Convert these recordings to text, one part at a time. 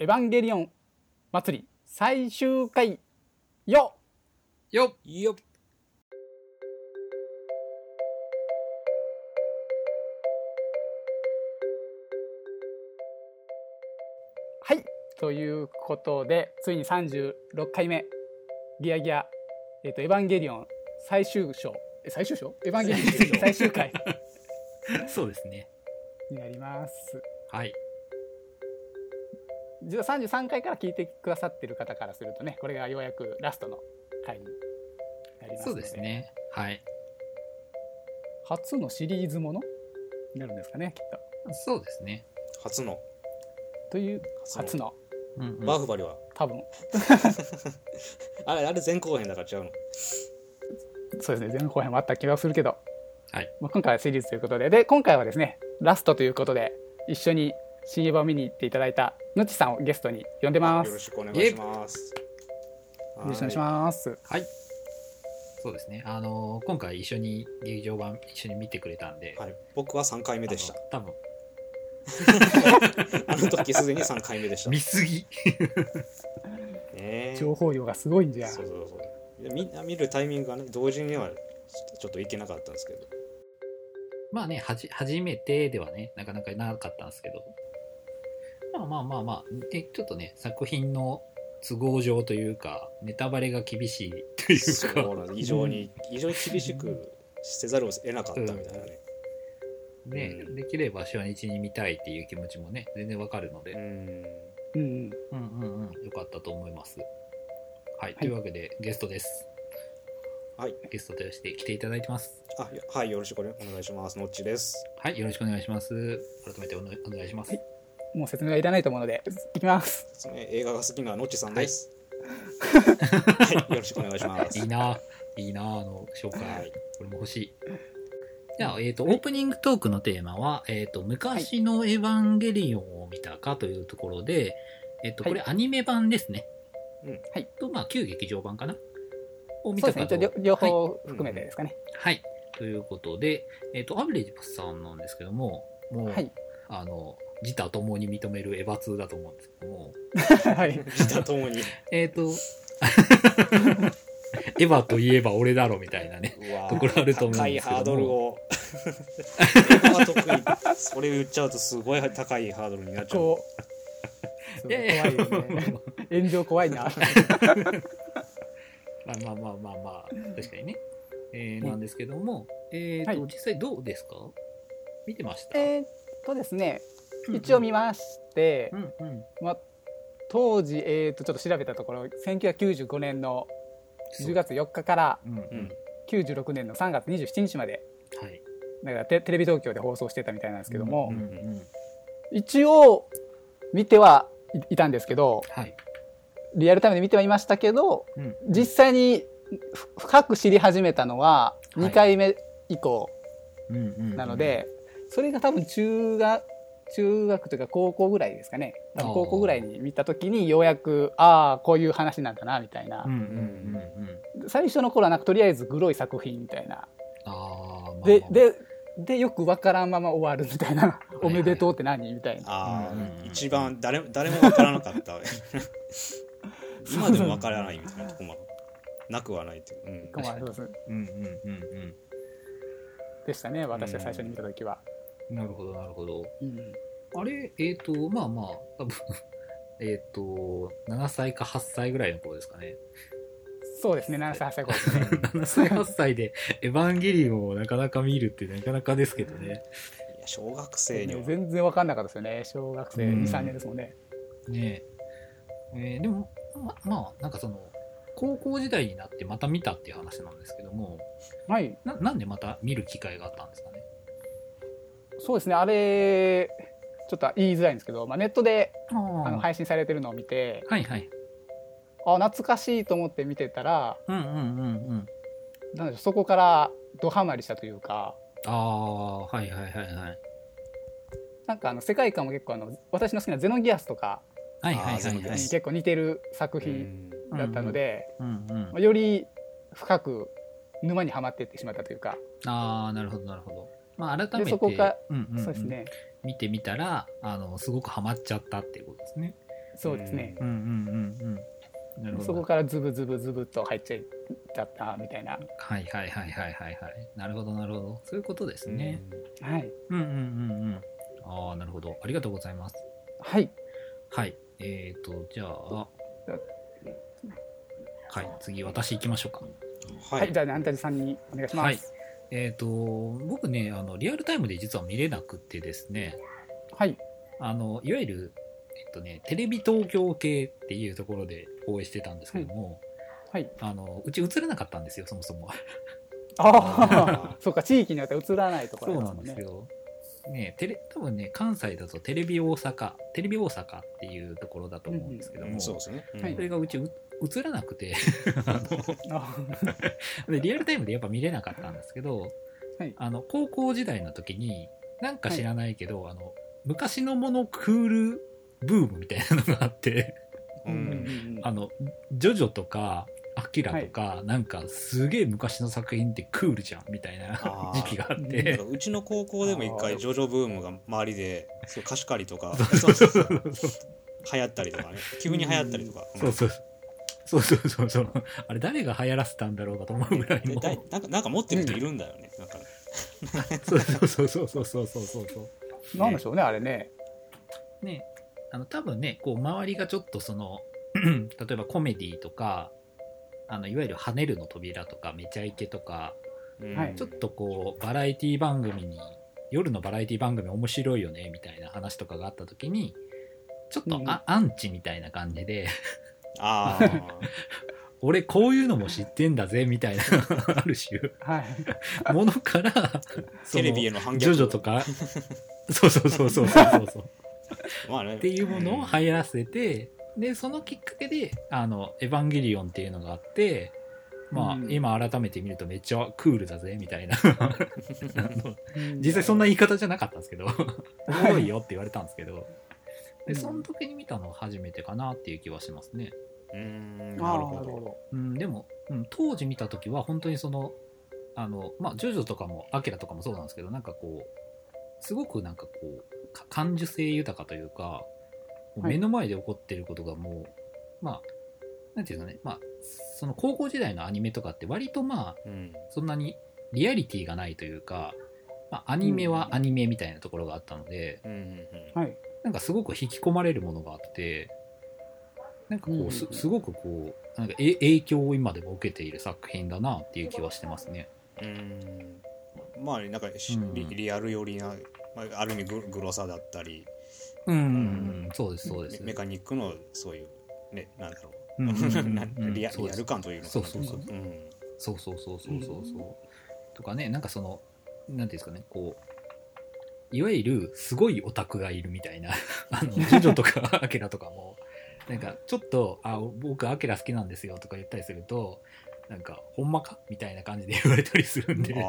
エヴァンゲリオン祭り最終回よよっよっ。 はい、ということでついに36回目ギアギア、エヴァンゲリオン最終章エヴァンゲリオン最終回そうですね。 になります。 はい。 実は33回から聞いてくださってる方からするとね、これがようやくラストの回になりますので、 そうですね。はい。 初のシリーズものになるんですかね、きっと。 そうですね。 初のという初のバーフバリは多分あれ前後編だから違うの。 そうですね、前後編もあった気がするけど、 はい。 まあ、今回はシリーズということで、今回はですねラストということで一緒に新エヴァを見に行っていただいたぬちさんをゲストに呼んでます。 よろしくお願いします。 よろしくお願いします。 はい。そうですね。今回一緒に劇場版一緒に見てくれたんで、 はい、僕は3回目でした。 多分あの時すでに3回目でした。 見すぎね、 情報量がすごいんじゃ。 そうみんな見るタイミングがね同時にはちょっといけなかったんですけど、 まあね、初めてではねなかなかなかったんですけど、まあでちょっとね作品の都合上というかネタバレが厳しいというか、 そうなんです。非常に厳しくせざるを得なかったみたいなね。 ね、できれば初日に見たいっていう気持ちもね全然わかるので、よかったと思います。はい、というわけでゲストです。 はい、 ゲストとして来ていただいてます。 はい、よろしくお願いします。のっちです。 はい、よろしくお願いします。改めてお願いします。はい、 もう説明はいらないと思うのでいきます。 映画が好きなのっちさんです。はい、よろしくお願いします。 いいな紹介、はい、これも欲しい。じゃあ、オープニングトークのテーマは、昔のエヴァンゲリオンを見たかというところで、これアニメ版ですね。はい。と、旧劇場版かなを見たかと。 そうですね、両方含めてですかね。 はい。ということで、アベレージさんなんですけども、もう、はい、自他ともに認めるエヴァ2だと思うんですけども。 はい。 自他ともに。 エヴァといえば俺だろみたいなねところあると思うんですけども、高いハードルをエヴァは得意。それ言っちゃうとすごい高いハードルになっちゃう。 怖いよね。炎上怖いな。 まあ確かにね、なんですけども、実際どうですか？見てました？ ですね、一応見まして、当時ちょっと調べたところ1995年の10月4日から96年の3月27日まで、だからテレビ東京で放送してたみたいなんですけども、一応見てはいたんですけど、リアルタイムで見てはいましたけど、実際に深く知り始めたのは2回目以降なので、それが多分中学というか高校ぐらいですかね。高校ぐらいに見た時にようやくこういう話なんだなみたいな。最初の頃はなんかとりあえずグロい作品みたいな。でよくわからんまま終わるみたいな。おめでとうって何みたいな。 一番誰もわからなかった。今でもわからないみたいなとこもなくはないっていう。 でしたね。私は最初に見た時は。 なるほど。あれ、多分7歳か8歳ぐらいの頃ですかね。 そうですね、7歳8歳頃ですね。 7歳8歳でエヴァンゲリオンをなかなか見るってなかなかですけどね。いや小学生には全然分かんなかったですよね。小学生 2,3 年ですもんね。 ねえ。でもなんかその高校時代になってまた見たっていう話なんですけども、なんでまた見る機会があったんですかね。 そうですね、あれちょっと言いづらいんですけど、ネットで配信されてるのを見て、懐かしいと思って見てたら、なんでそこからドハマりしたというか、なんか世界観も結構私の好きなゼノギアスとかに結構似てる作品だったので、より深く沼にはまっていってしまったというか。 なるほど。改めてそうですね、 見てみたらすごくハマっちゃったっていうことですね。 そうですね、 うんうんうんうん、なるほど。 そこからズブズブズブと入っちゃったみたいな。 はいはいはいはいはいはい。なるほどなるほど。そういうことですね。 はい。 うんうんうんうん。ああ、なるほど。ありがとうございます。 はい。 はい。じゃあ、はい、次私行きましょうか。 はい、じゃあアンタジさんにお願いします。はい。 僕ね、リアルタイムで実は見れなくてですね。 はい。 いわゆる、テレビ東京系っていうところで放映してたんですけども、はい。うち映らなかったんですよ、そもそも。 ああ、そうか、地域によって映らないところですもんね。そうなんですよ。ね、多分ね、関西だとテレビ大阪っていうところだと思うんですけども、 そうですね。 それがうち映らなくてでリアルタイムでやっぱ見れなかったんですけど、はい、高校時代の時になんか知らないけど、はい、昔のものクールブームみたいなのがあってジョジョとかアキラとか、はい、なんかすげえ昔の作品ってクールじゃんみたいな時期があってうちの高校でも一回ジョジョブームが周りでそう貸し借りとか流行ったりとかね、急に流行ったりとか、 そうあれ誰が流行らせたんだろうかと思うぐらいのなんか持ってる人いるんだよね、なんかそうなんでしょうね、あれね。 ね、多分ね、こう周りがちょっと例えばコメディとかいわゆる跳ねるの扉とかめちゃイケとか、ちょっとこうバラエティ番組に夜のバラエティ番組面白いよねみたいな話とかがあった時にちょっとアンチみたいな感じで俺こういうのも知ってんだぜみたいなある種、はい、ものからテレビへの反逆ジョジョとかそうまあ、ね、っていうものを流行らせて、でそのきっかけでエヴァンゲリオンっていうのがあって、まあ今改めて見るとめっちゃクールだぜみたいな実際そんな言い方じゃなかったんですけどおもろいよって言われたんですけど、でその時に見たのは初めてかなっていう気はしますね。 なるほど。 でも、当時見た時は本当にまあジョジョとかもアキラとかもそうなんですけど、なんかこうすごくなんかこう感受性豊かというか、目の前で起こっていることがもう、まあなんていうかね、まあその高校時代のアニメとかって割とまあ、そんなにリアリティがないというか、まあ、アニメはアニメみたいなところがあったので、なんかすごく引き込まれるものがあって、なんかこうすごくこうなんか影響を今でも受けている作品だなっていう気はしてますね。 まあなんかリアル寄りな、まあ、ある意味グロさだったり、 そうですそうです。 メカニックのそういうね、なんだろう、リアル感というのかな。 そうとかね、なんかなんていうんですかね、こういわゆるすごいオタクがいるみたいなジョジョとかアキラとかもなんかちょっと僕アキラ好きなんですよとか言ったりすると、なんかほんまかみたいな感じで言われたりするんで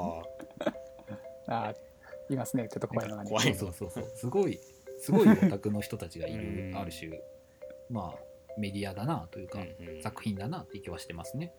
いますね、ちょっと怖いのがね。 そうすごいオタクの人たちがいるある種まあメディアだなというか、作品だなっていう気はしてますね。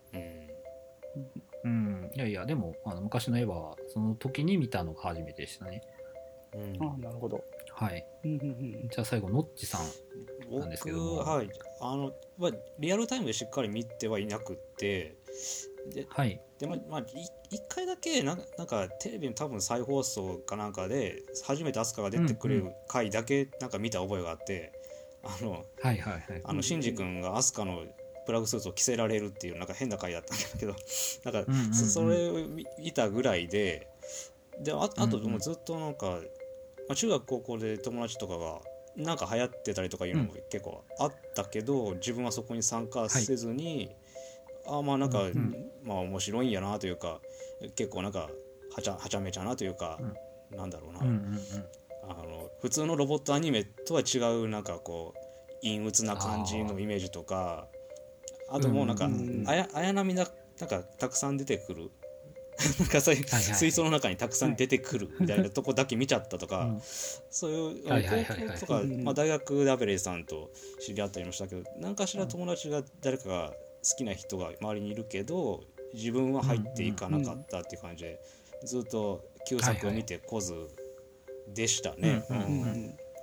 いやでも昔の絵はその時に見たのが初めてでしたね。 なるほど。 はい。じゃあ最後ノッチさんなんですけども、 はいまあ、リアルタイムでしっかり見てはいなくってでまあ一回だけなんかテレビの多分再放送かなんかで初めてアスカが出てくる回だけなんか見た覚えがあって、シンジ君がアスカのプラグスーツを着せられるっていうなんか変な回だったんだけどなんかそれを見たぐらいであともうずっとなんか、まあ、中学高校で友達とかがなんか流行ってたりとかいうのも結構あったけど、自分はそこに参加せずに、まあなんか、まあ面白いんやなというか、結構なんかはちゃめちゃなというか、なんだろうな、普通のロボットアニメとは違うなんかこう陰鬱な感じのイメージとか、あともうなんか綾波なんかたくさん出てくるなんかそういう水槽の中にたくさん出てくるみたいなとこだけ見ちゃったとか、そういう高校とか、まあ、大学でアベレージさんと知り合ったりもしたけど、何かしら友達が誰かが好きな人が周りにいるけど自分は入っていかなかったっていう感じで、ずっと旧作を見てこずでしたね。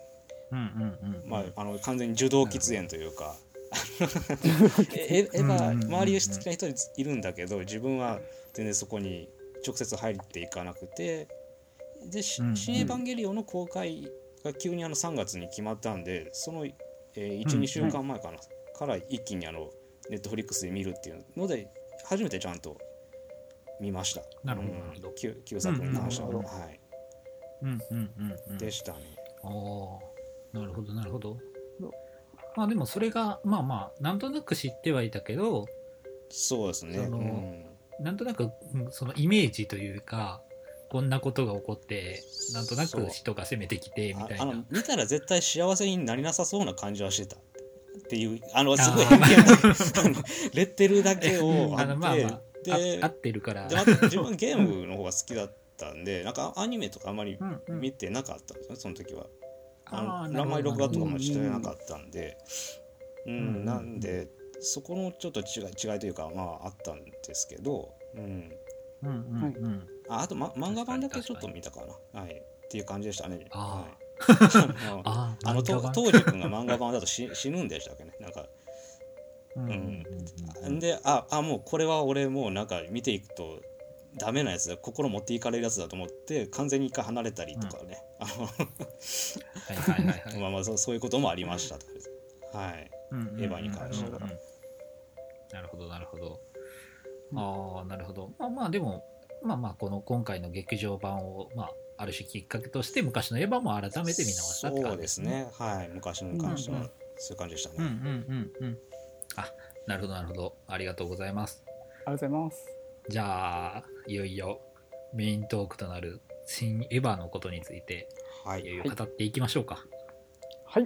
完全に受動喫煙というかエヴァ周り好きな人いるんだけど自分は全然そこに直接入っていかなくて、で新エヴァンゲリオンの公開が急に3月に決まったんで、その、1,2 週間前から一気にネットフリックスで見るっていうので初めてちゃんと見ました。 なるほど。 旧作に関しては、はい。でしたね。 なるほどなるほど。まあでもそれがまあまあなんとなく知ってはいたけど、 そうですね。 なんとなくそのイメージというか、こんなことが起こってなんとなく人が攻めてきてみたいな。 見たら絶対幸せになりなさそうな感じはしてたっていうすごいレッテルだけをまあまあ合ってるから。 で自分ゲームの方が好きだったんで、なんかアニメとかあんまり見てなかったんですね、その時は。あんまり録画とかもしてなかったんで、なんでそこのちょっと違いというかあったんですけど、あと、漫画版だけちょっと見たかな、はい、っていう感じでしたね。当時君が漫画版だと死ぬんでしたっけね、なんか。でもうこれは俺もうなんか見ていくとダメなやつだ、心持っていかれるやつだと思って完全に一回離れたりとかね、そういうこともありましたと。はい、エヴァに関しては。 なるほどなるほど。なるほど。まあでもこの今回の劇場版をある種きっかけとして昔のエヴァも改めて見直したって感じですね。 そうですね。はい、昔に関してはそういう感じでしたね。 なるほどなるほど。ありがとうございます。 ありがとうございます。 じゃあいよいよメイントークとなる新エヴァのことについて、いよいよ語っていきましょうか。 はい。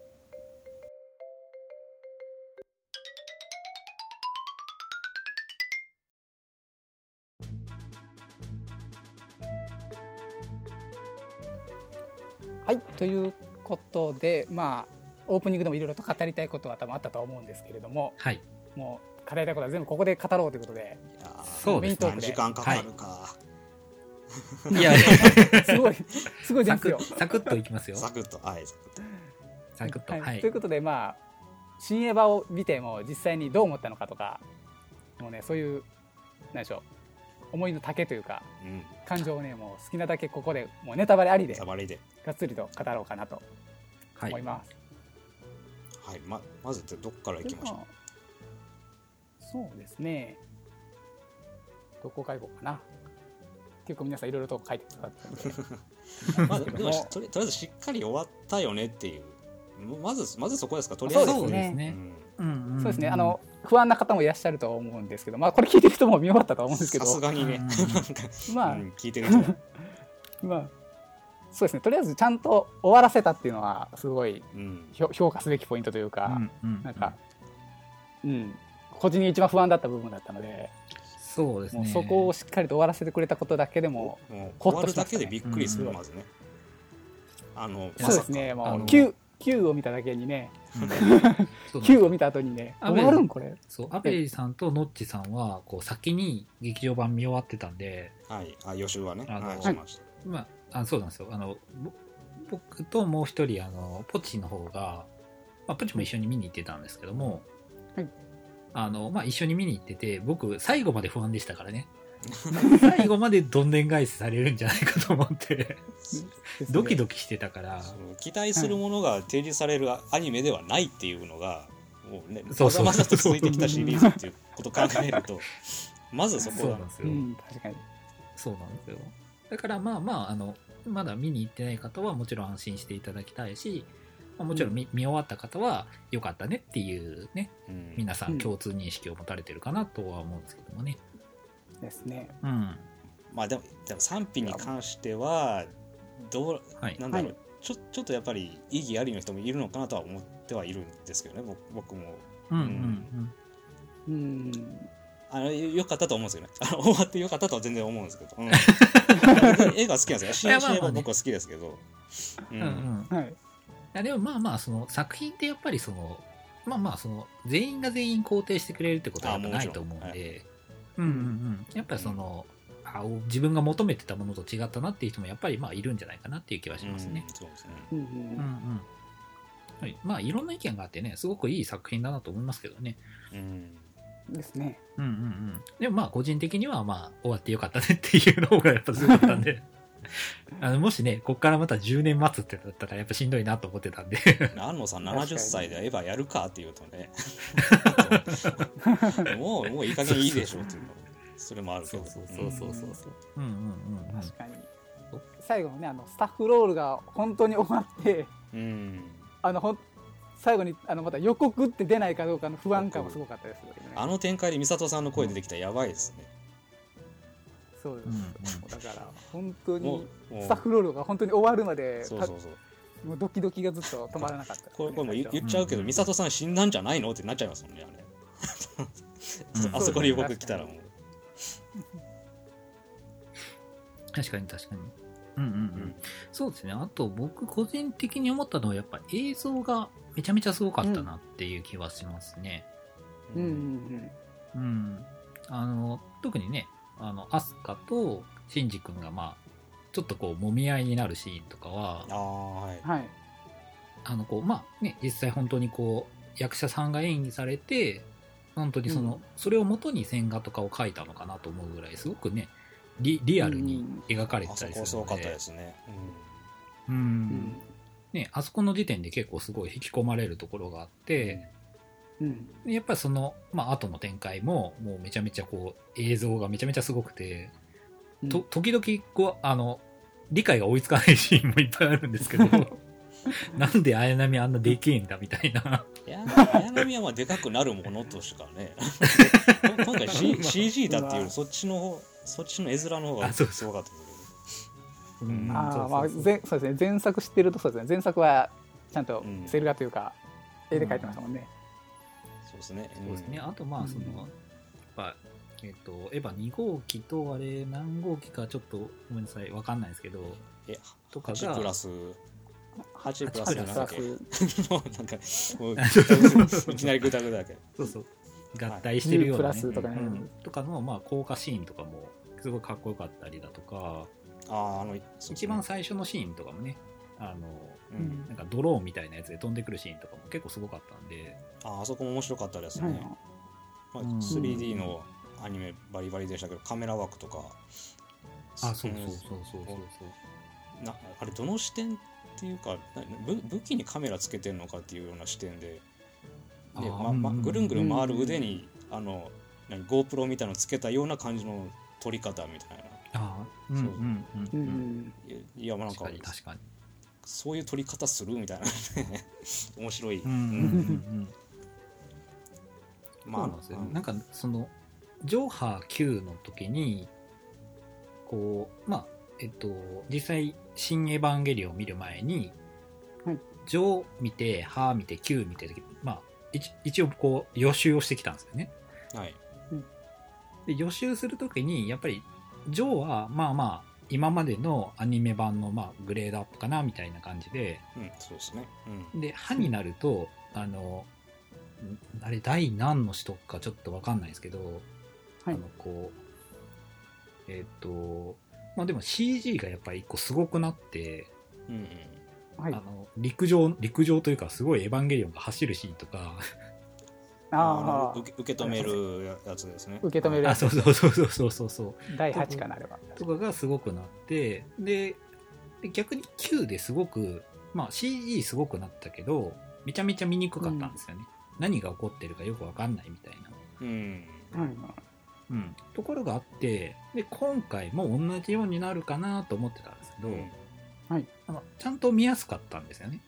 はい、ということで、オープニングでもいろいろと語りたいことは多分あったと思うんですけれども、もう語りたいことは全部ここで語ろうということで、 そうですね。 時間かかるか。 いやすごいですよ。 サクッといきますよ。 サクッと。 ということで新エヴァを見ても実際にどう思ったのかとか、もうねそういう何でしょう、思いの丈というか、感情をねもう好きなだけここでもうネタバレありでがっつりと語ろうかなと思います。 はい、まずどっからいきましょう。 そうですね。どこからいこうかな。結構皆さんいろいろと書いてくださったんで。 でもとりあえずしっかり終わったよねっていう。まずそこですか。とりあえずそうですね。そうですね。不安な方もいらっしゃると思うんですけど、これ聞いてる人も見終わったと思うんですけど。 さすがにね。聞いてる人。 そうですね。とりあえずちゃんと終わらせたっていうのはすごい評価すべきポイントというか、なんか個人に一番不安だった部分だったので。 そうですね。 もうそこをしっかりと終わらせてくれたことだけでも終わるだけでびっくりする。まずね。 そうですね。もう9を見ただけにね。9を見た後にね。終わるんこれ。 そう。アベリさんとノッチさんはこう先に劇場版見終わってたんで。 はい。予習はね。 そうなんですよ。僕ともう一人ポチの方が、ポチも一緒に見に行ってたんですけども。一緒に見に行ってて、僕最後まで不安でしたからね。最後までどんでん返しされるんじゃないかと思ってドキドキしてたから。 期待するものが提示されるアニメではないっていうのがもうね、まざまざと続いてきたシリーズっていうことを考えるとまずそこなんですよ。 確かにそうなんですよ。だからまだ見に行ってない方はもちろん安心していただきたいし、もちろん 見終わった方は良かったねっていうね、皆さん共通認識を持たれてるかなとは思うんですけどもね。 ですね。 でも賛否に関してはなんだろう、ちょっとやっぱり意義ありの人もいるのかなとは思ってはいるんですけどね、僕も。良かったと思うんですよね。終わって良かったとは全然思うんですけど。映画好きなんですよ。新映画僕は好きですけど。 でもその作品ってやっぱりその全員が全員肯定してくれるってことはやっぱないと思うんで、やっぱりその自分が求めてたものと違ったなっていう人もやっぱりいるんじゃないかなっていう気はしますね。 そうですね。 はい、いろんな意見があってね、すごくいい作品だなと思いますけどね。 ですね。 でも個人的には終わってよかったねっていうのがやっぱ強かったんでもしね、こっからまた10年待つってだったらやっぱしんどいなと思ってたんで安野さん70歳でエヴァやるかって言うとねもういい加減いいでしょっていうのそれもあるけど。 確かに最後のねスタッフロールが本当に終わって最後にまた予告って出ないかどうかの不安感はすごかったですけどね。 あの展開で美里さんの声出てきたらやばいですね。 そうです、だから本当にスタッフロールが本当に終わるまでもうドキドキがずっと止まらなかった、ね、 これも言っちゃうけど、美里さん死んだんじゃないのってなっちゃいますもんねあそこに予告来たらもう確かにそうですね。あと僕個人的に思ったのはやっぱ映像がめちゃめちゃすごかったなっていう気はしますね。特にねアスカとシンジ君がちょっと揉み合いになるシーンとかは実際本当に役者さんが演技されて本当にそれを元に線画とかを描いたのかなと思うぐらいすごくねリアルに描かれてたりするので、 あそこすごかったですね。 あそこの時点で結構すごい引き込まれるところがあって、やっぱり後の展開ももうめちゃめちゃ映像がめちゃめちゃすごくて、時々理解が追いつかないシーンもいっぱいあるんですけどなんで綾波あんなでけえんだみたいな。 綾波はでかくなるものとしかね今回、CG だっていうよりそっちの絵面の方がすごかったですそうですね。前作知ってるとそうですね。前作はちゃんとセル画というか絵で描いてましたもんね。 そうですね。 あとエヴァ2号機とあれ何号機かちょっとごめんなさい分かんないですけどとかが8プラスなんだっけなんかもういきなりグダグダだけそう合体してるような、ねとかの効果シーンとかもすごいかっこよかったりだとか、一番最初のシーンとかもねなんかドローンみたいなやつで飛んでくるシーンとかも結構すごかったんで、 あそこも面白かったですね。3D のアニメバリバリでしたけどカメラワークとかそうあれどの視点っていうか武器にカメラつけてるのかっていうような視点でぐるんぐるん回る腕にGoPro みたいなのつけたような感じの撮り方みたいな。いやなんか確かにそういう撮り方するみたいな面白い。 なんかジョーハー Q の時に実際新エヴァンゲリオンを見る前に、ジョー見てハー見て Q 見て一応予習をしてきたんですよね。で予習する時にやっぱりジョーは今までのアニメ版のグレードアップかなみたいな感じで、 そうですね。 で歯になるとあれ第何の使徒かちょっと分かんないですけど、でも CG がやっぱり一個すごくなって、陸上というかすごいエヴァンゲリオンが走るシーンとか受け止めるやつですね。 受け止めるやつ。 そう第8かなればとかがすごくなってで逆に Q ですごくCG すごくなったけどめちゃめちゃ見にくかったんですよね。何が起こってるかよく分かんないみたいな、ところがあってで今回も同じようになるかなと思ってたんですけど、ちゃんと見やすかったんですよね。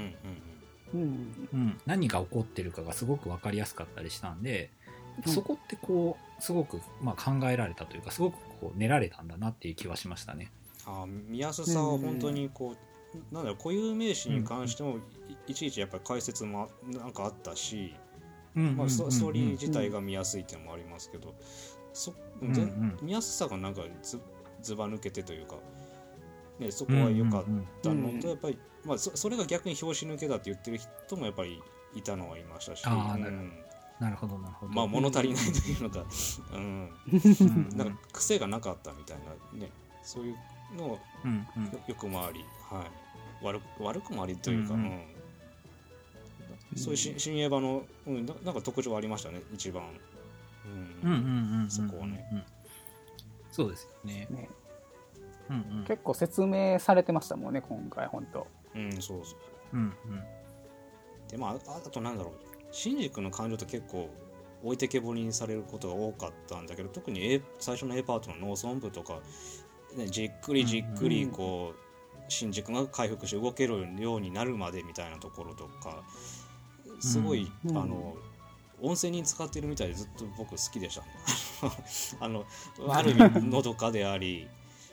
何が起こってるかがすごく分かりやすかったりしたんで、そこってすごく考えられたというかすごく練られたんだなっていう気はしましたね。 見やすさは本当になんだろう固有名詞に関してもいちいちやっぱり解説もなんかあったし、ストーリー自体が見やすいっていうのもありますけど、見やすさがなんかずば抜けてというか、そこは良かったのとやっぱり、それが逆に拍子抜けだって言ってる人もやっぱりいたのはいましたし、 なるほどなるほど。 まあ物足りないというのか、なんか癖がなかったみたいなね、そういうのをよくもあり、はい、悪くもありというか、そういう新エヴァの、なんか特徴ありましたね一番、そこはね、 そうですよね。 結構説明されてましたもんね今回本当。 そうそう。でまああとなんだろう、シンジ君の感情って結構置いてけぼりにされることが多かったんだけど、特に最初の A パートの農村部とか、ね、じっくりこう、シンジ君が回復して動けるようになるまでみたいなところとかすごい、温泉に使ってるみたいでずっと僕好きでしたねある意味のどかであり、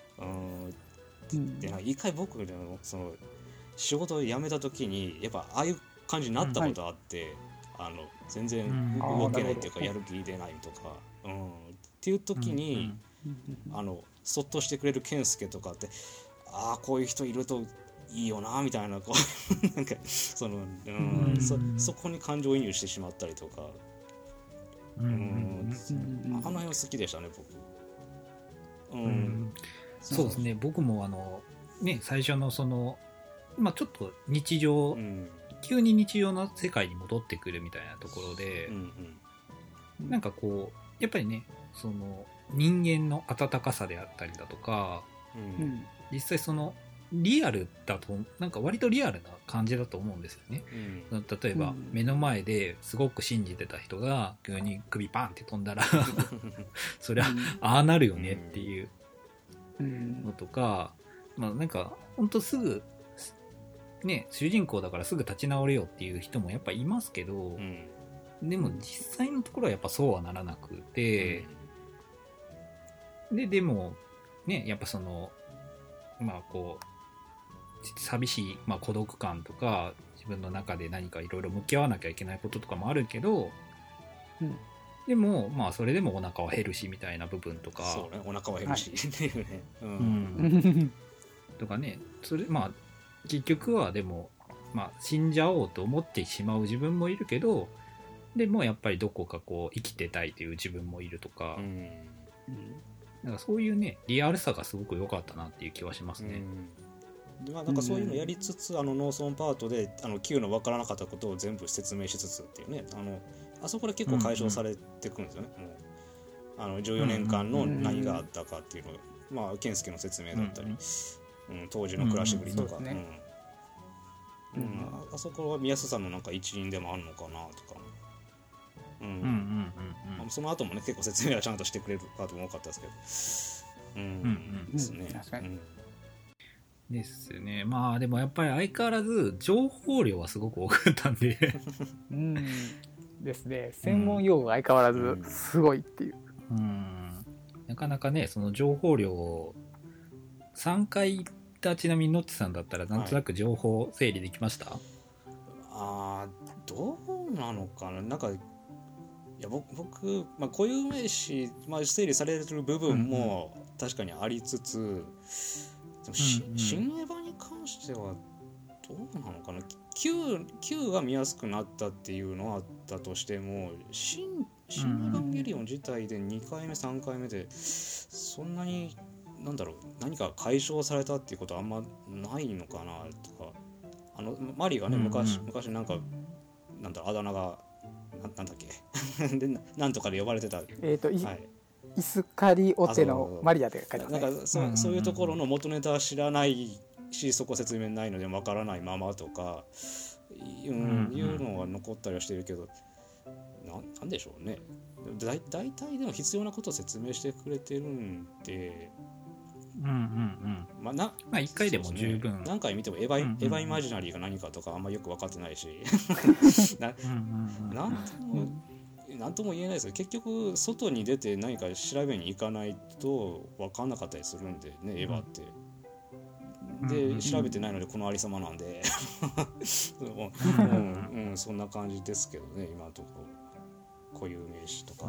で一回僕その仕事を辞めた時にやっぱああいう感じになったことあって、全然動けないっていうかやる気出ないとか、っていう時に、そっとしてくれる健介とかって、ああこういう人いるといいよなみたいな、こうなんかそこに感情移入してしまったりとか、あの辺は好きでしたね僕。 そうですね。僕も最初のそのちょっと日常、急に日常の世界に戻ってくるみたいなところで、なんかこうやっぱりね、その人間の温かさであったりだとか、実際そのリアルだとなんか割とリアルな感じだと思うんですよね。例えば目の前ですごく信じてた人が急に首パンって飛んだらそりゃああなるよねっていうのとか、なんか本当すぐね、主人公だからすぐ立ち直れよっていう人もやっぱいますけど、でも実際のところはやっぱそうはならなくて、でもね、やっぱそのこう寂しい、孤独感とか自分の中で何かいろいろ向き合わなきゃいけないこととかもあるけど、でもそれでもお腹は減るしみたいな部分とか、 そうね、お腹は減るしっていうね、 とかね、それ結局はでも、死んじゃおうと思ってしまう自分もいるけど、でもやっぱりどこかこう生きてたいという自分もいるとか、なんかそういうねリアルさがすごく良かったなっていう気はしますね。 なんかそういうのやりつつ、農村パートでQ の分からなかったことを全部説明しつつっていうね、あそこで結構解消されてくるんですよね。もう14年間の何があったかっていうのが、健介の説明だったり、当時の暮らしぶりとか、あそこは宮下さんのなんか一員でもあるのかなとか、その後もね結構説明はちゃんとしてくれるパートも多かったですけど、ですね。 確かに。 ですね。でもやっぱり相変わらず情報量はすごく多かったんでですね。専門用語が相変わらずすごいっていう。 なかなかねその情報量を3回言ったちなみにノッチさんだったらなんとなく情報整理できました？ どうなのかな。なんかいや僕、固有名詞、整理されてる部分も確かにありつつ、新エヴァに関してはどうなのかな。Q が見やすくなったっていうのはあったとしても、新エヴァンゲリオン自体で2回目3回目でそんなに何か解消されたっていうことはあんまないのかなとか、マリがね昔なんかあだ名がなんだっけでなんとかで呼ばれてた、 イスカリオテのマリアで書いてますね。 なんかそういうところの元ネタは知らないし、そこ説明ないのでわからないままとかいうのが残ったりはしてるけど、なんでしょうね。だいたいでも必要なことを説明してくれてるんで、 1回でも十分、 何回見てもエヴァイマジナリーが何かとかあんまよく分かってないしなんとも言えないですよ。結局外に出て何か調べに行かないと分かんなかったりするんでね、エヴァって。で調べてないのでこのありさまなんでそんな感じですけどね今のところ。固有名詞とか、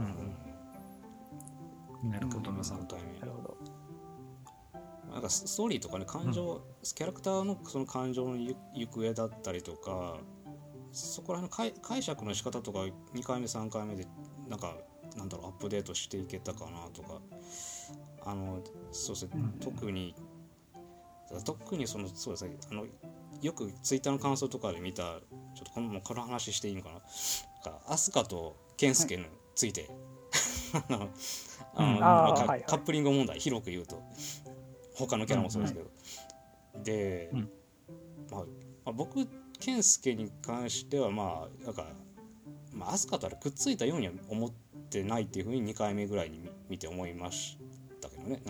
なるほど、 3回目。なるほど。なんかストーリーとかね、感情、キャラクターのその感情の行方だったりとか、 そこら辺の解釈の仕方とか2回目3回目でなんだろうアップデートしていけたかなとかそうですね、特にそうですねよくツイッターの感想とかで見たちょっとこの話していいのかな、アスカとケンスケについて、カップリング問題広く言うと他のキャラもそうですけど、で、僕ケンスケに関してはアスカとくっついたようには思ってないっていうふうに2回目ぐらいに見て思いましたけどね。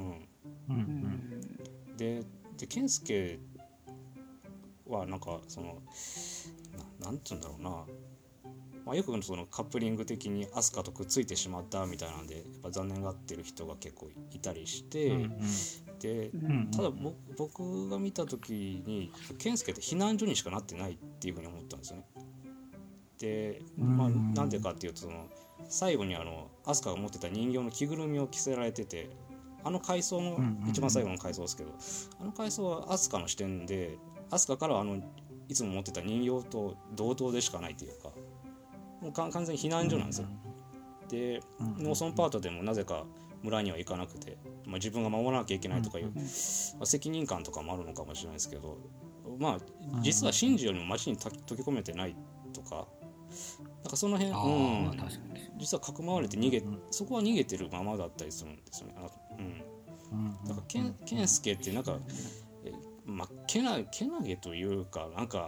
でケンスケはなんて言うんだろうな、よくそのカップリング的にアスカとくっついてしまったみたいなんでやっぱ残念がってる人が結構いたりして、でただ僕が見た時にケンスケって避難所にしかなってないっていうふうに思ったんですよね。で、なんでかっていうと最後にアスカが持ってた人形の着ぐるみを着せられてて、回想の一番最後の回想ですけど、回想はアスカの視点でアスカからいつも持ってた人形と同等でしかないというか、もう完全に避難所なんですよ。で農村パートでもなぜか村には行かなくて、自分が守らなきゃいけないとかいう、責任感とかもあるのかもしれないですけど、実はシンジよりも街に溶け込めてないとか、その辺、実はかくまわれてそこは逃げてるままだったりするんですよね。だからケンスケってけなげというか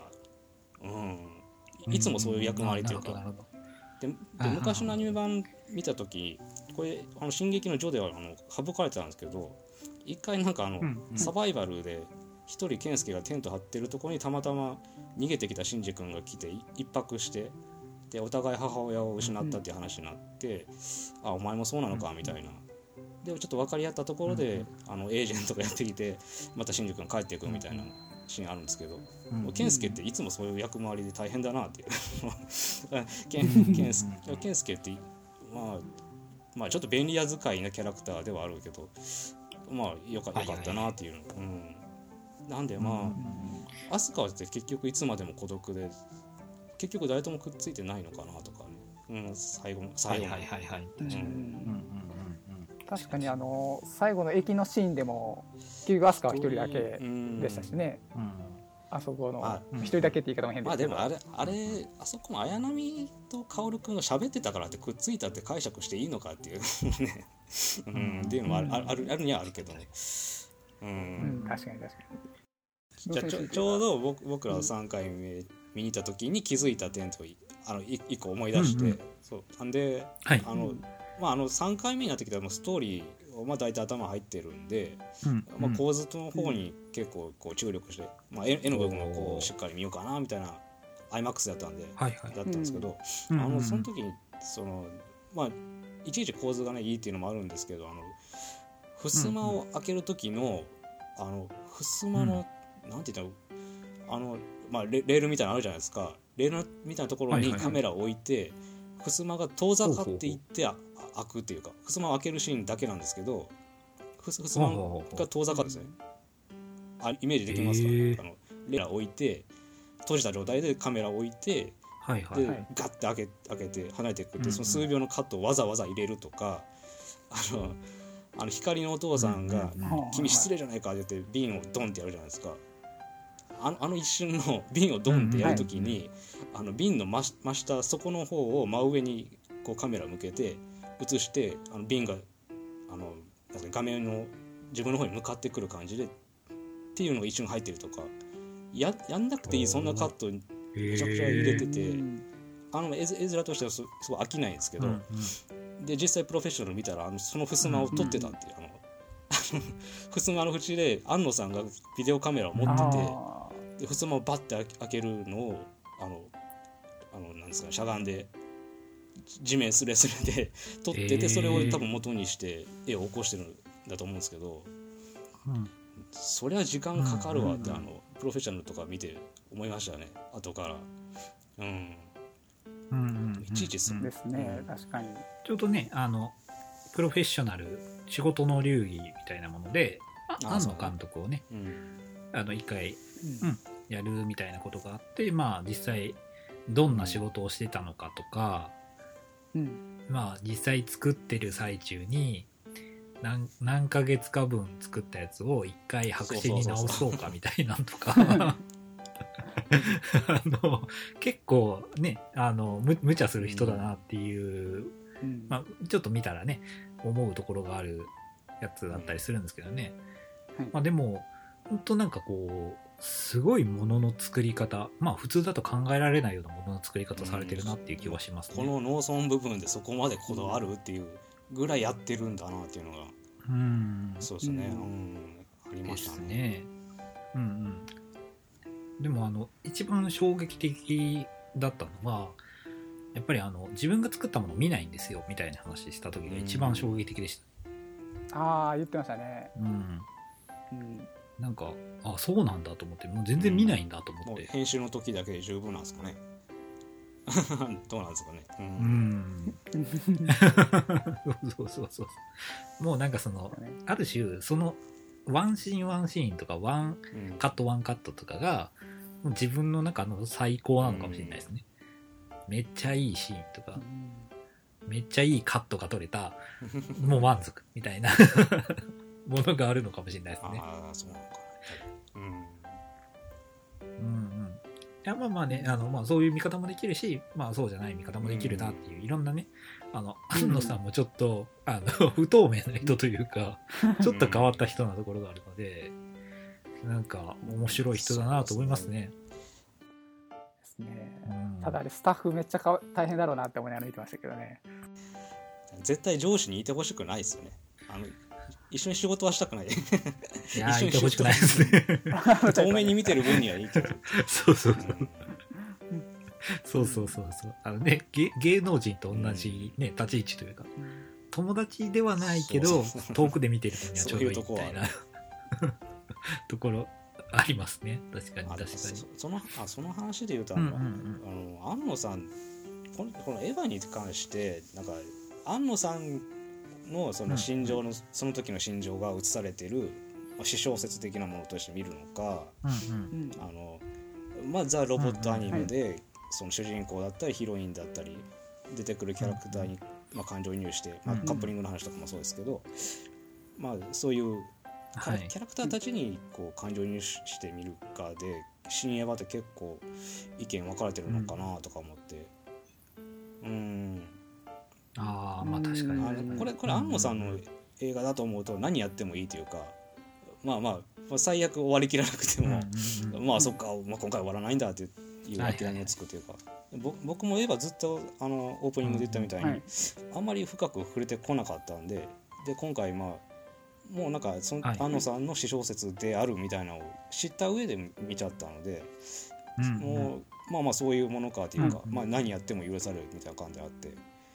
いつもそういう役回りというか、で昔のアニメ版見た時これ進撃のジョでは省かれてたんですけど、一回サバイバルで一人ケンスケがテント張ってるところにたまたま逃げてきたシンジ君が来て一泊して、でお互い母親を失ったっていう話になって、お前もそうなのかみたいな、でちょっと分かり合ったところでエージェントがやってきてまたシンジ君帰っていくみたいなシーンあるんですけど、ケンスケっていつもそういう役回りで大変だなっていうケンスケってちょっと便利屋使いなキャラクターではあるけどよかったなっていう、なんでアスカはって結局いつまでも孤独で結局誰ともくっついてないのかなとかね、最後確かに最後の駅のシーンでも結局アスカは一人だけでしたしね、あそこの一人だけって言い方も変ですけど、 でもあそこも綾波と薫君が喋ってたからってくっついたって解釈していいのかっていうねっていうのもあるにはあるけどね。 確かにじゃあちょうど僕ら3回目見に行った時に気づいた点と1個思い出して、そうで、3回目になってきたらストーリー大体頭入ってるんで、構図の方に結構注力して、絵の部分をしっかり見ようかなみたいな IMAX だったんで、だったんですけど、その時にいちいち構図がねいいっていうのもあるんですけど、襖を開ける時の襖のなんて言ったのレールみたいなのあるじゃないですか。レールみたいなところにカメラを置いて、襖が遠ざかっていって開くっていうか、襖を開けるシーンだけなんですけど、襖が遠ざかるんですね。イメージできますか？レーラー置いて閉じた状態でカメラを置いて、でガッて開けて離れていくって、その数秒のカットをわざわざ入れるとか、光のお父さんが君失礼じゃないかって言って瓶をドンってやるじゃないですか。一瞬の瓶をドンってやるときに、瓶の真下底の方を真上にカメラ向けて映して、瓶が画面の自分の方に向かってくる感じでっていうのが一瞬入ってるとか、やんなくていいそんなカットめちゃくちゃ入れてて、絵面としてはすごい飽きないんですけど、で実際プロフェッショナル見たらその襖を撮ってたっていう、襖の縁で安野さんがビデオカメラを持ってて、で襖をバッて開けるのをなんですか、しゃがんで地面スレスレで撮ってて、それを多分元にして絵を起こしてるんだと思うんですけど、そりゃ時間かかるわってプロフェッショナルとか見て思いましたね、後から。いちいちですね、確かにちょうどねプロフェッショナル仕事の流儀みたいなもので庵野監督をね、一回、やるみたいなことがあって、実際どんな仕事をしてたのかとか、 うん、 まあ実際作ってる最中に何ヶ月か分作ったやつを一回白紙に直そうかみたいなとか結構ね無茶する人だなっていう、まあ、ちょっと見たらね思うところがあるやつだったりするんですけどね、まあ、でも本当なんかこうすごいものの作り方、まあ普通だと考えられないようなものの作り方されてるなっていう気はしますね。 この農村部分でそこまでこだわるっていうぐらいやってるんだなっていうのが、そうですね、ありましたね。 でも一番衝撃的だったのはやっぱり自分が作ったものを見ないんですよみたいな話した時が一番衝撃的でした。 ああ言ってましたね。 なんかそうなんだと思ってもう全然見ないんだと思って、もう編集の時だけで十分なんですかねどうなんですかね。 そうもうなんかある種そのワンシーンワンシーンとかワンカットワンカットとかがもう自分の中の最高なのかもしれないですね。めっちゃいいシーンとかめっちゃいいカットが撮れたもう満足みたいなものがあるのかもしれないですね。 ああそうなのかな。 いやまあねまあ、そういう見方もできるし、まあ、そうじゃない見方もできるなっていう、いろんなね安野さんもちょっと不透明な人というかちょっと変わった人なところがあるのでなんか面白い人だなと思いますね。 ですね。ただあれスタッフめっちゃ大変だろうなって思いながら見てましたけどね。 絶対上司にいてほしくないですよね。一緒に仕事はしたくない。 いやいてほしくないですね。 遠目に見てる分にはいいけど。 そうね芸能人と同じね立ち位置というか、友達ではないけど遠くで見てるのにはちょうどいいみたいなところありますね。確かに。 その話で言うと安野さんこのエヴァに関してなんか安野さんのその心情の、その時の心情が映されてる私小説的なものとして見るのか、ザ・ロボットアニメでその主人公だったりヒロインだったり出てくるキャラクターに感情移入して、カップリングの話とかもそうですけど、そういうキャラクターたちにこう感情移入してみるかで新エヴァって結構意見分かれてるのかなとか思って。 まあ確かにこれ安野さんの映画だと思うと何やってもいいというか、最悪終わりきらなくてもそっか、今回終わらないんだっていう諦めがつくというか、僕もエヴァずっとオープニングで言ったみたいに、あんまり深く触れてこなかったんで今回もうなんか安野さんの私小説であるみたいなのを知った上で見ちゃったので、もうそういうものかというか、何やっても許されるみたいな感じであって。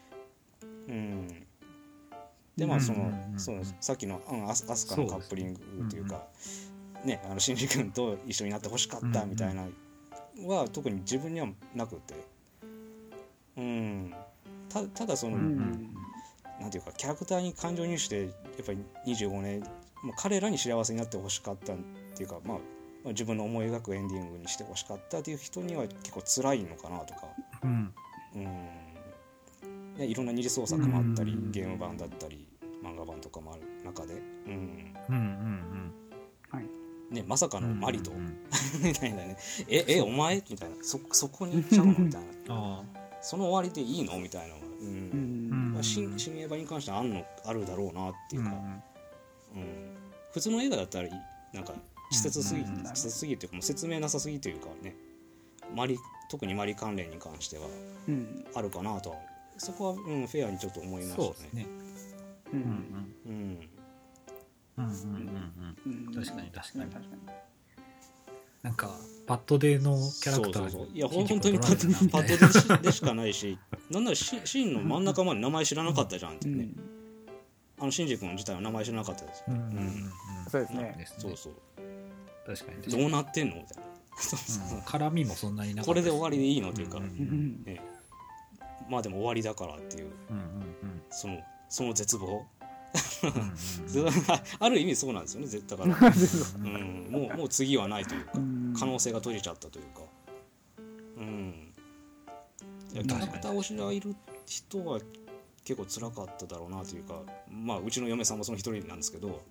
でそのさっきのアスカのカップリングというか、シンジ君と一緒になってほしかったみたいなは特に自分にはなくて、ただその、なんていうかキャラクターに感情移入してやっぱり25年もう彼らに幸せになってほしかったっていうか、自分の思い描くエンディングにしてほしかったっていう人には結構辛いのかなとか。いろんな二次創作もあったり、ゲーム版だったり漫画版とかもある中で、まさかのマリとみたいなね、お前みたいな、そこに行っちゃうのみたいなその終わりでいいのみたいなのが、新エヴァに関してはあるだろうなっていうか、普通の映画だ稚らなんか稚拙すぎるというか、もう説明なさすぎというかね、特にマリ関連に関してはあるかなとは、そこは、フェアにちょっと思いましたね。 確かになんかパッドでのキャラクターいや本当にパッドでしかないし、なんならシーンの真ん中まで名前知らなかったじゃんってね。シンジ君自体は名前知らなかったです。 そうですね。 そう確かにどうなってんのみたいな。 絡みもそんなになかった。 これで終わりでいいのというか、でも終わりだからっていう、その絶望ある意味そうなんですよね。だからもう次はないというか、可能性が閉じちゃったというか、 キャラクター推しがいる人は結構辛かっただろうなというか、まあうちの嫁さんもその一人なんですけど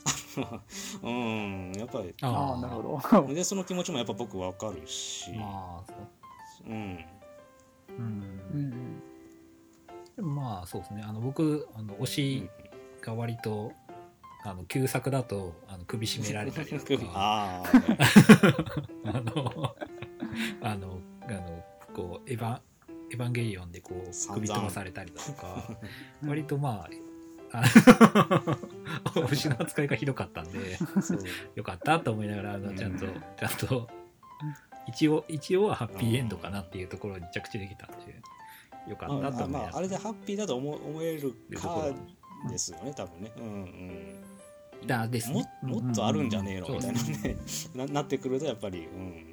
やっぱりなるほどでその気持ちもやっぱ僕分かるし、 まあそうですね。僕推しが割と旧作だと首絞められたりとかこうエヴァンゲリオンでこう首飛ばされたりだとか割とまあ推しの扱いがひどかったんでよかったと思いながらちゃんと一応はハッピーエンドかなっていうところに着地できたんでよかったと思います。 あれでハッピーだと思えるかですよね多分ね。 ですね。 もっとあるんじゃねえのみたいなねなってくるとやっぱり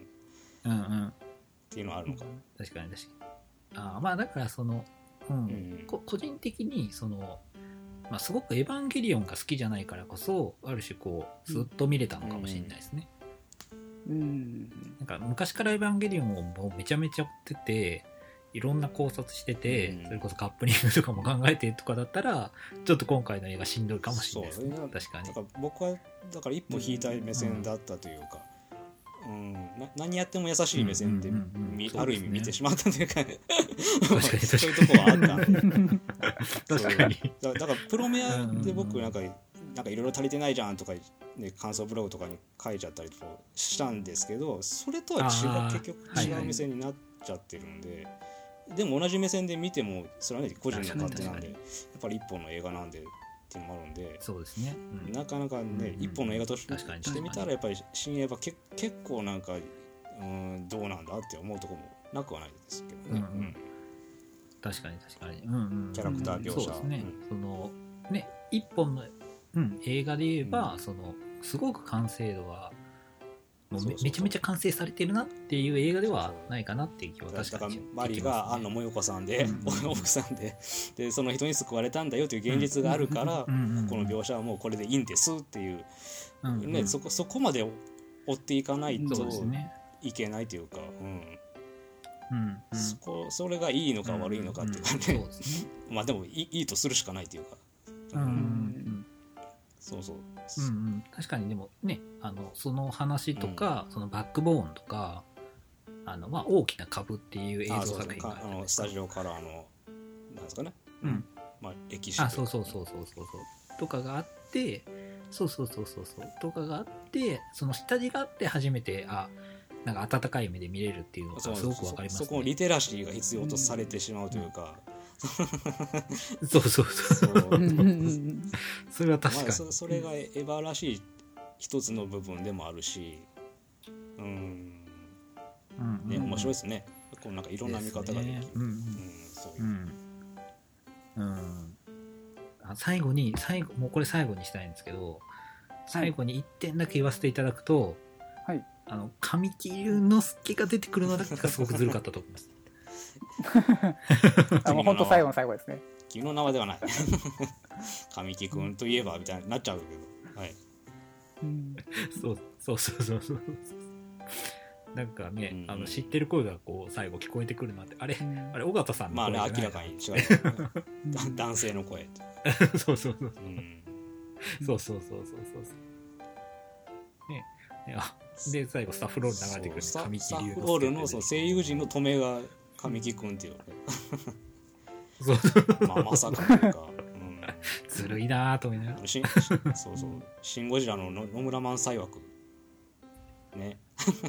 っていうのはあるのか。 確かにまあだから個人的にすごくエヴァンゲリオンが好きじゃないからこそある種こうずっと見れたのかもしれないですね。なんか昔からエヴァンゲリオンをもうめちゃめちゃ追ってていろんな考察してて、それこそカップリングとかも考えてとかだったらちょっと今回の映画しんどいかもしれないですね。確かに。 だから僕はだから一歩引いた目線だったというか、何やっても優しい目線である意味見てしまったというかそういうところはあったんで確かにだからプロメアで僕なんかいろいろ足りてないじゃんとか、ね、感想ブログとかに書いちゃったりとかしたんですけど、それとは結局違う目線になっちゃってるんで、でも同じ目線で見てもそれはね個人の勝手なんでやっぱり一本の映画なんでっていうのもあるんで、 そうですね、 なかなかね、一本の映画として見たらやっぱり新エヴァ結構なんかどうなんだって思うところもなくはないですけどね。 確かに、 キャラクター描写、 そうですね、一本の、映画で言えば、すごく完成度はもうめちゃめちゃ完成されてるなっていう映画ではないかなっていう気は確かに、 だからマリが庵野もよこさんで、奥さんでその人に救われたんだよという現実があるから、この描写はもうこれでいいんですっていう、そこまで追っていかないといけないというか、それがいいのか悪いのかっていうかね、まあでもいいとするしかないというか、 確かに。でもね、その話とか、そのバックボーンとか大きな株っていう映像作品があるスタジオからなんですかね、歴史とかがあってとかがあって、その下地があって初めてなんか温かい目で見れるっていうのがすごくわかりますね。 そこのリテラシーが必要とされてしまうというか、 そうそれは確かに、 それがエヴァらしい一つの部分でもあるし、面白いですね。こうなんかいろんな見方ができる。 最後もうこれ最後にしたいんですけど、最後に1点だけ言わせていただくと、神木隆之介が出てくるのだけがすごくずるかったと思います。 もう本当最後の最後ですね。 君の名はではない神木君といえばみたいになっちゃうけど、 そうなんかね、知ってる声がこう最後聞こえてくるなって、あれ尾形さんの声じゃない。 明らかに違う男性の声そうね、で最後スタッフロール流れてくるスタッフロールの声優陣の止めが神木君っていうまさかというか、 ずるいなと思いながら、 シンゴジラの野村萬斎枠ね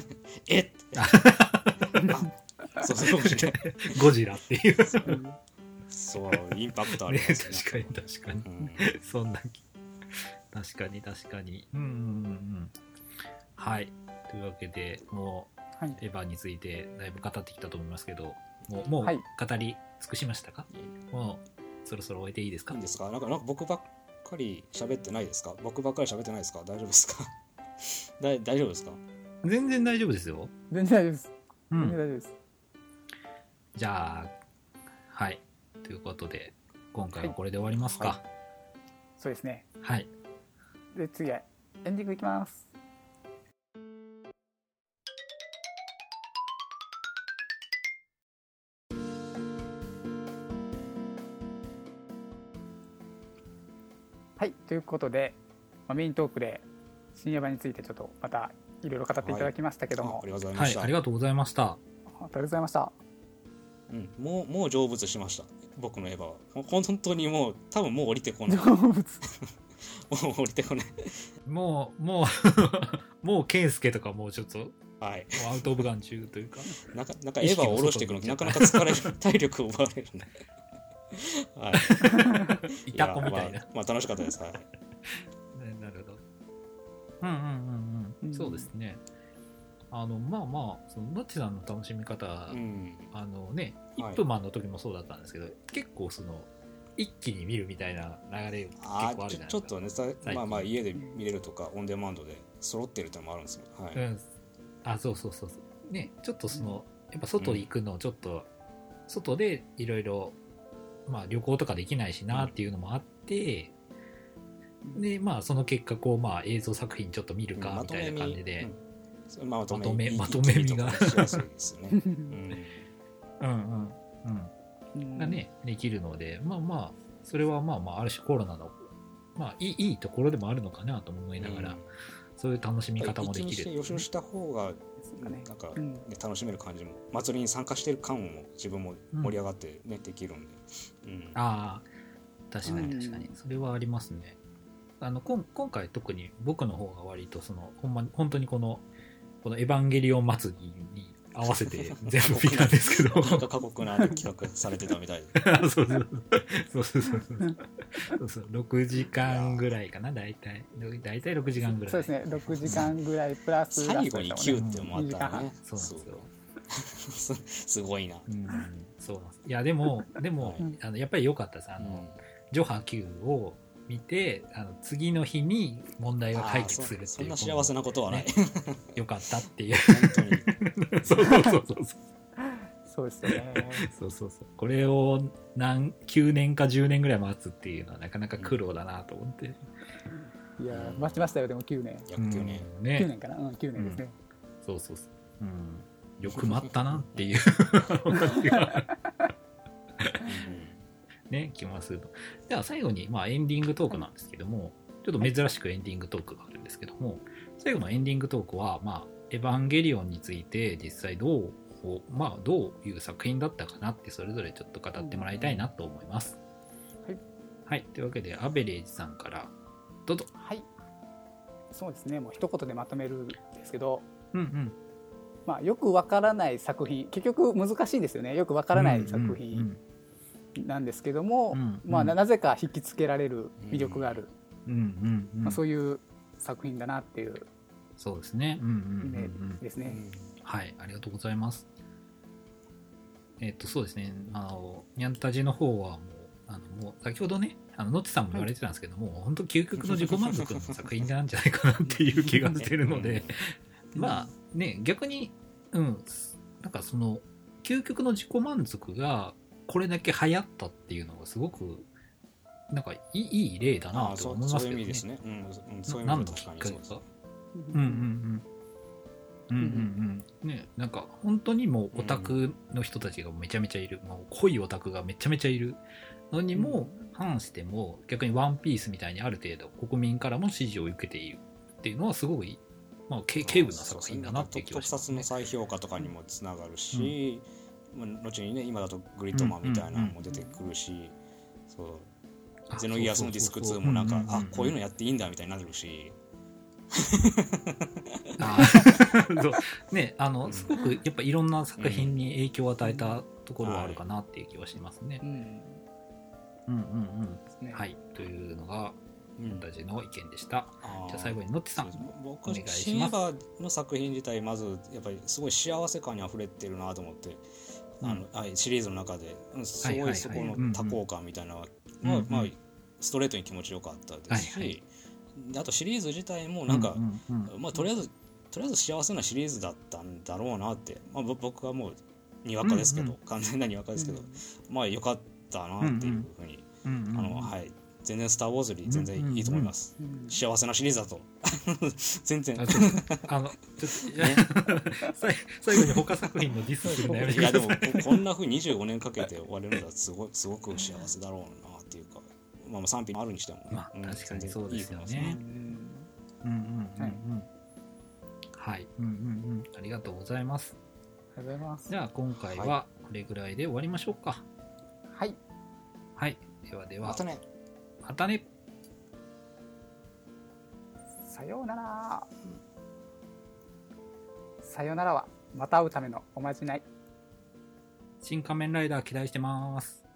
ゴジラっていうそうインパクトありますね。 確かに、そんな確かにはい、というわけでもう、エヴァについてだいぶ語ってきたと思いますけど、もう語り尽くしましたか？もうそろそろ終えていいですか？ いいんですか？なんか僕ばっかり喋ってないですか？大丈夫ですか？大丈夫ですか？ 全然大丈夫ですよ。 全然大丈夫です。 じゃあはいということで今回はこれで終わりますか？ そうですね。 はい。 で次はエンディングいきます。 はい、ということで、メイントークで深夜版についてちょっとまたいろいろ語っていただきましたけども、 ありがとうございました。 ありがとうございました。 ありがとうございました。 もう成仏しました。僕のエヴァは本当にもう多分もう降りてこない。 成仏もう降りてこない。 もう健介とかもうちょっと、 はい、 もうアウトオブガン中というかなんかエヴァを下ろしていくのなかなか疲れる体力を奪われるね。はい。 いた子みたいな。 まあ楽しかったです。はい。 なるほど。そうですね。そのノッチさんの楽しみ方、1分マンの時もそうだったんですけど、結構その一気に見るみたいな流れ結構あるじゃないですか。 ちょっとね、家で見れるとかオンデマンドで揃ってるってのもあるんですよ。はい。 そうね、ちょっとそのやっぱ外行くのちょっと、外でいろいろ旅行とかできないしなっていうのもあって、でその結果映像作品ちょっと見るかみたいな感じで、まとめみがしやすいですよね。 がねできるので、それはある種コロナのいいところでもあるのかなと思いながら、そういう楽しみ方もできる。一日予習した方がなんか楽しめる感じも、祭りに参加してる感も自分も盛り上がってねできるんで。 確かにそれはありますね。今回特に僕の方が割とその本当にこのエヴァンゲリオン祭りに合わせて全部見たんですけどなんか過酷な企画されてたみたいでそう6時間ぐらいかな、大体6時間ぐらい。 そうですね、6時間ぐらいプラス最後に9って思ったらね。 そうなんですよすごいな。 そうなんです。いやでもやっぱり良かったです。ジョハ Q を見て次の日に問題が解決するっていう、 そんな幸せなことはない、 よかったっていう本当にそうですよね。 そうこれを9年か10年ぐらい待つっていうのはなかなか苦労だなと思って、 いや待ちましたよ。でも9年約9年、 9年かな、9年ですね。 そうよく待ったなっていうね、気もすると。では最後に、エンディングトークなんですけども、ちょっと珍しくエンディングトークがあるんですけども、最後のエンディングトークは、エヴァンゲリオンについて実際どういう作品だったかなってそれぞれちょっと語ってもらいたいなと思います。はい。というわけで、アベレージさんからどうぞ。 はい。そうですね、もう一言でまとめるんですけど、よくわからない作品、結局難しいですよね。よくわからない作品。なんですけども、なぜか引きつけられる魅力がある、そういう作品だなっていうそうですね。 イメージですね。 はい、ありがとうございます。そうですね。ニャンタジの方はもう先ほどね、ノッチさんも言われてたんですけども、本当究極の自己満足の作品なんじゃないかなっていう気がしてるので、逆になんかその究極の自己満足がこれだけ流行ったっていうのがすごくなんかいい例だなと思いますけどね。そういう意味ですね。そういう意味で確かにそうです。ね、なんか本当にもうオタクの人たちがめちゃめちゃいる、もう濃いオタクがめちゃめちゃいるのにも反しても、逆にワンピースみたいにある程度国民からも支持を受けているっていうのはすごい、軽微な作品だなっていう気がします、ね。 特撮の再評価とかにもつながるし、後にね、今だとグリッドマンみたいなのも出てくるし、ゼノギアスのディスク2もなんかこういうのやっていいんだみたいになるしね、すごくやっぱいろんな作品に影響を与えたところはあるかなっていう気はしますね。はい、というのが私の意見でした。じゃあ最後にノッチさん僕は新エヴァの作品自体まずやっぱりすごい幸せ感にあふれてるなと思って、シリーズの中ですごいそこの多幸感みたいなのはストレートに気持ちよかったですし、あとシリーズ自体もなんかとりあえず幸せなシリーズだったんだろうなって、僕はもうにわかですけど、完全なにわかですけど、よかったなっていうふうに全然スター・ウォーズより全然いいと思います。幸せなシリーズだと全然最後に他作品のディスするのやめてください。 いやでもこんな風に25年かけて終われるのはすごく幸せだろうなっていうか、 まあ賛否もあるにしても、 まあ確かにそうですよね。はい、ありがとうございます。 ありがとうございます。 じゃあ今回はこれぐらいで終わりましょうか。 はいはい、ではではまたね。 またね。 さようなら。さようならはまた会うためのおまじない。 新仮面ライダー期待してます。